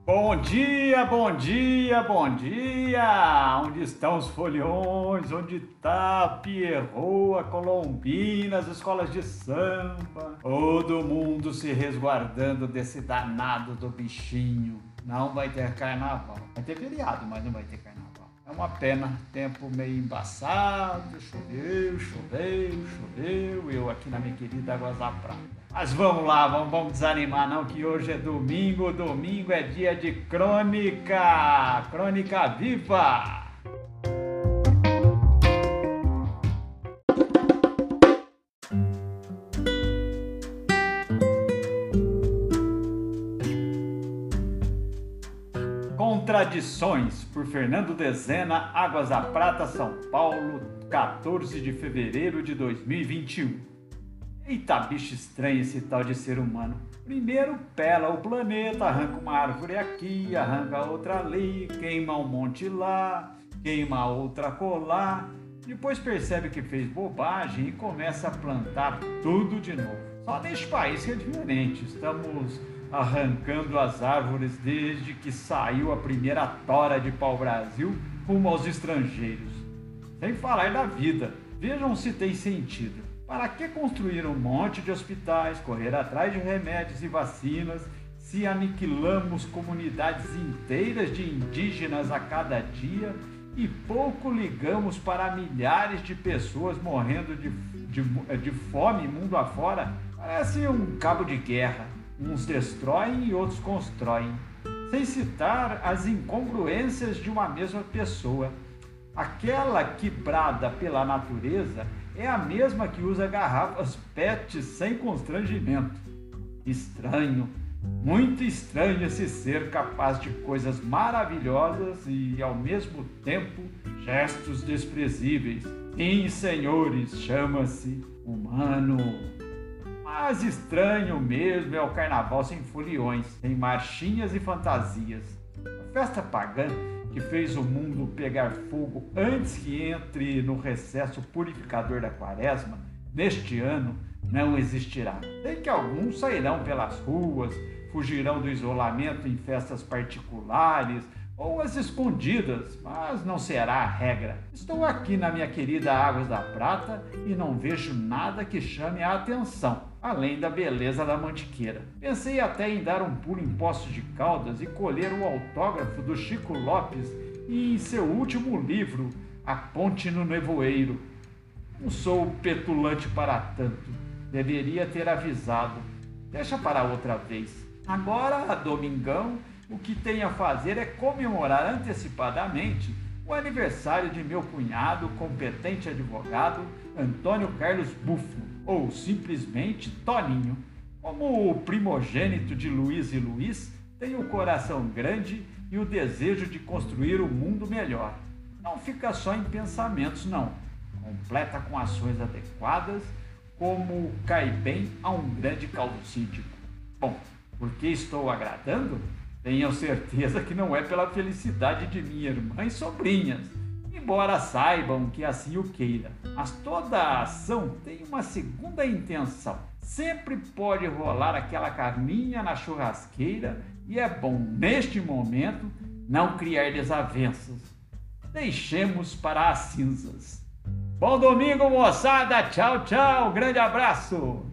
Bom dia, bom dia, bom dia! Onde estão os foliões? Onde está a Pierrot, a Colombina, as escolas de samba? Todo mundo se resguardando desse danado do bichinho. Não vai ter carnaval. Vai ter feriado, mas não vai ter carnaval. É uma pena, tempo meio embaçado, choveu, choveu, choveu, eu aqui na minha querida Águas da Prata. Mas vamos lá, vamos desanimar não, que hoje é domingo, domingo é dia de crônica, crônica viva! Contradições, por Fernando Dezena, Águas da Prata, São Paulo, 14 de fevereiro de 2021. Eita, bicho estranho esse tal de ser humano. Primeiro pela o planeta, arranca uma árvore aqui, arranca outra ali, queima um monte lá, queima outra colar. Depois percebe que fez bobagem e começa a plantar tudo de novo. Só neste país que é diferente, estamos arrancando as árvores desde que saiu a primeira tora de pau-brasil rumo aos estrangeiros. Sem falar da vida, vejam se tem sentido. Para que construir um monte de hospitais, correr atrás de remédios e vacinas, se aniquilamos comunidades inteiras de indígenas a cada dia e pouco ligamos para milhares de pessoas morrendo de fome mundo afora? Parece um cabo de guerra. Uns destroem e outros constroem. Sem citar as incongruências de uma mesma pessoa. Aquela que brada pela natureza é a mesma que usa garrafas PET sem constrangimento. Estranho, muito estranho esse ser capaz de coisas maravilhosas e, ao mesmo tempo, gestos desprezíveis. Sim, senhores, chama-se humano. Mas estranho mesmo é o carnaval sem foliões, sem marchinhas e fantasias. A festa pagã que fez o mundo pegar fogo antes que entre no recesso purificador da quaresma, neste ano não existirá. Sei que alguns sairão pelas ruas, fugirão do isolamento em festas particulares ou as escondidas, mas não será a regra. Estou aqui na minha querida Águas da Prata e não vejo nada que chame a atenção, além da beleza da Mantiqueira. Pensei até em dar um pulo em Poços de Caldas e colher o autógrafo do Chico Lopes em seu último livro, A Ponte no Nevoeiro. Não sou petulante para tanto, deveria ter avisado. Deixa para outra vez. Agora, domingão, o que tenho a fazer é comemorar antecipadamente o aniversário de meu cunhado, competente advogado, Antônio Carlos Buffo, ou simplesmente Toninho. Como o primogênito de Luiz e Luiz, tenho o coração grande e o desejo de construir um mundo melhor. Não fica só em pensamentos, não. Completa com ações adequadas, como cai bem a um grande causídico. Bom, por que estou agradando? Tenham certeza que não é pela felicidade de minha irmã e sobrinhas, embora saibam que assim o queira. Mas toda ação tem uma segunda intenção. Sempre pode rolar aquela carninha na churrasqueira e é bom, neste momento, não criar desavenças. Deixemos para as cinzas. Bom domingo, moçada! Tchau, tchau! Grande abraço!